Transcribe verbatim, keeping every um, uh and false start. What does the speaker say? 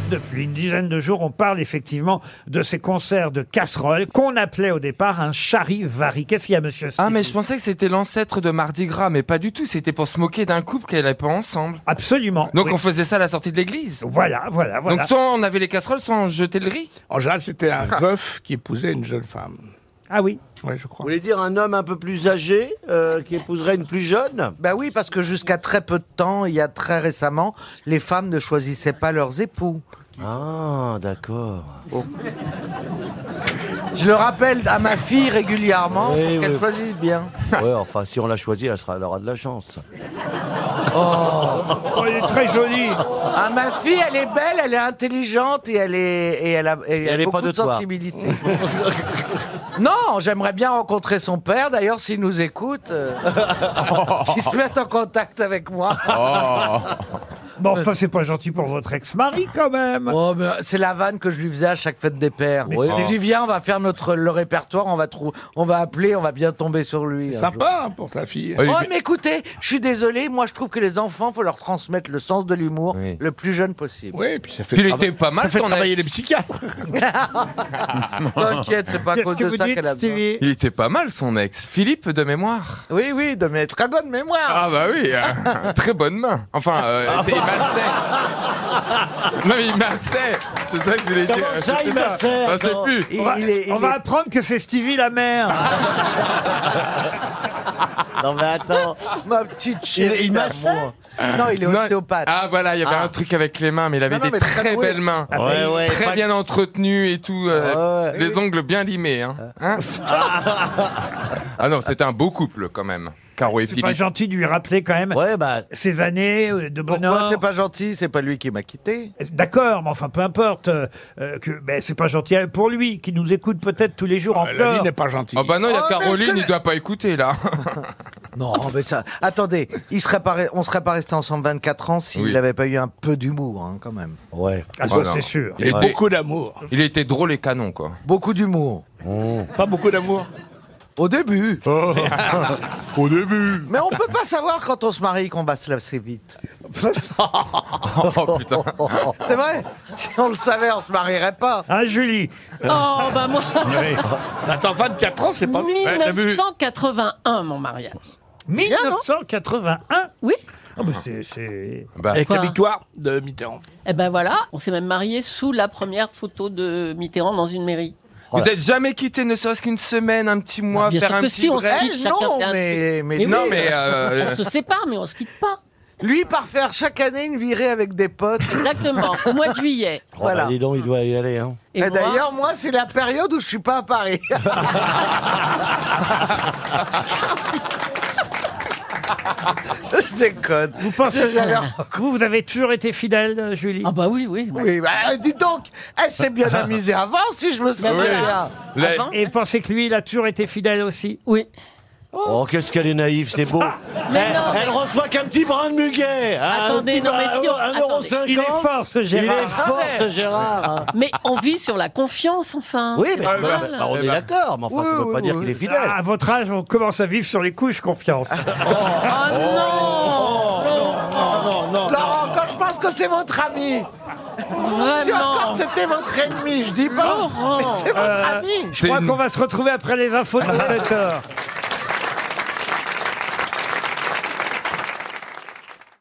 Depuis une dizaine de jours, on parle effectivement de ces concerts de casseroles qu'on appelait au départ un charivari. Qu'est-ce qu'il y a, monsieur Stevie? Ah, mais je pensais que c'était l'ancêtre de Mardi Gras, mais pas du tout. C'était pour se moquer d'un couple qui n'allait pas ensemble. Absolument. Donc oui. on faisait ça à la sortie de l'église. Voilà, voilà, voilà. Donc soit on avait les casseroles, soit on jetait le riz. En général, c'était un veuf qui épousait une jeune femme. Ah oui. Oui, je Vous crois. voulez dire un homme un peu plus âgé euh, qui épouserait une plus jeune? Ben oui, parce que jusqu'à très peu de temps, il y a très récemment, les femmes ne choisissaient pas leurs époux. Ah, d'accord. Je le rappelle à ma fille régulièrement Oui, pour qu'elle oui. choisisse bien. Ouais, enfin, si on l'a choisi, elle, sera, elle aura de la chance. Oh, elle est très jolie. Ah, ma fille, elle est belle, elle est intelligente et elle est et elle a, et elle a est beaucoup pas de de toi. sensibilité. Non, j'aimerais bien rencontrer son père. D'ailleurs, s'il nous écoute, euh, qu'il se mette en contact avec moi. Bon, enfin, c'est pas gentil pour votre ex-mari, quand même. Oh, mais c'est la vanne que je lui faisais à chaque fête des pères. Mais Oui. c'est- Je dis viens, on va faire notre le répertoire, on va trou- on va appeler, on va bien tomber sur lui. C'est un sympa hein, pour ta fille. Oui, Oh, mais- mais écoutez, je suis désolé, moi je trouve que les enfants, faut leur transmettre le sens de l'humour Oui. le plus jeune possible. Oui, et puis ça fait, Puis il trava- était pas mal, ça fait ton travailler ex. les psychiatres. T'inquiète, c'est pas à Qu'est-ce cause que de vous ça dites, qu'elle a besoin. Stevie? Il était pas mal son ex. Philippe de mémoire. Oui, oui, de mes très bonne mémoire. Ah bah oui, euh, très bonne main. Enfin, euh, il massait. Non mais il massait. C'est ça que je voulais dire. Comment ça, il C'était massait, Je sais attends plus. Il- On va, il est- il on va est- apprendre que c'est Stevie la mère. Non, mais attends. Ma petite chérie. Il- il massait d'amour. Non, il est Non, ostéopathe. Ah voilà, il y avait un truc avec les mains, mais il avait Non, non, des mais très très doué. belles mains. Ouais, ouais. Très pas- bien entretenues et tout. euh, Ouais. les ongles bien limés. Hein. Hein ah non, c'était un beau couple quand même. Caro et C'est pas Philippe. gentil de lui rappeler quand même Ouais, bah. ces années euh, de Pourquoi bonheur. c'est pas gentil? C'est pas lui qui m'a quitté. D'accord, mais enfin peu importe. euh, euh, que, ben, c'est pas gentil pour lui qui nous écoute peut-être tous les jours en La pleurs. vie n'est pas gentille. Ah bah non, il y a Oh, mais je Caroline, connais- il doit pas écouter là. Non, mais ça. Attendez, il serait pas... re- on serait pas resté ensemble vingt-quatre ans s'il Oui. n'avait pas eu un peu d'humour, hein, quand même. Ouais. Ah, ça, Oh non. c'est sûr. Il était, Beaucoup d'amour. il était drôle et canon quoi. Beaucoup d'humour. Pas beaucoup d'amour. Au début. Au début. Mais on peut pas savoir quand on se marie qu'on va se lasser vite. Oh putain. C'est vrai. Si on le savait, on se marierait pas. Hein, Julie? Oh, bah moi, Attends, vingt-quatre ans, c'est pas vite. mille neuf cent quatre-vingt-un, mon mariage. mille neuf cent quatre-vingt-un. Oui. Ah, bah, c'est- c'est... Bah, Avec Quoi la victoire de Mitterrand. Eh ben voilà, on s'est même mariés sous la première photo de Mitterrand dans une mairie. vous êtes jamais quitté ne serait-ce qu'une semaine, un petit mois, Bien faire sûr un que petit si, on se break. quitte, Eh, chacun non, fait un mais, mais, Mais Non oui. mais euh, On se sépare, mais on se quitte pas. lui part faire chaque année une virée avec des potes. Exactement, au mois de juillet. Oh, Voilà. bah, dis donc, il doit y aller, hein. Et, Et, moi, d'ailleurs, moi, c'est la période où je suis pas à Paris. Je déconne. Vous pensez J'avais- que vous, vous avez toujours été fidèle, Julie? Ah bah oui, oui. oui. Oui, bah, dis donc, elle s'est bien amusée avant, si je me souviens Ben voilà. bien. la- Avant Et pensez que lui, il a toujours été fidèle aussi? Oui. Oh, qu'est-ce qu'elle est naïve, c'est beau. Mais Eh, non, mais- Elle reçoit qu'un petit brin de muguet. hein, Attendez, un petit non, mais brin- si on- un euro attendez. cinquante. Il est fort, ce Il Gérard. est fort, ce Gérard. hein. Mais on vit sur la confiance, enfin. Oui, C'est mais normal. bah, on est d'accord, mais enfin, Oui, ça ne veut oui, pas dire oui. qu'il est fidèle. Ah, à votre âge, on commence à vivre sur les couches, confiance. Oh non, Non, non, Laurent, quand je pense que c'est votre ami. Si vraiment. encore c'était votre ennemi, je dis pas. Laurent. Mais c'est votre Euh, ami. Je crois une- qu'on va se retrouver après les infos de sept heures.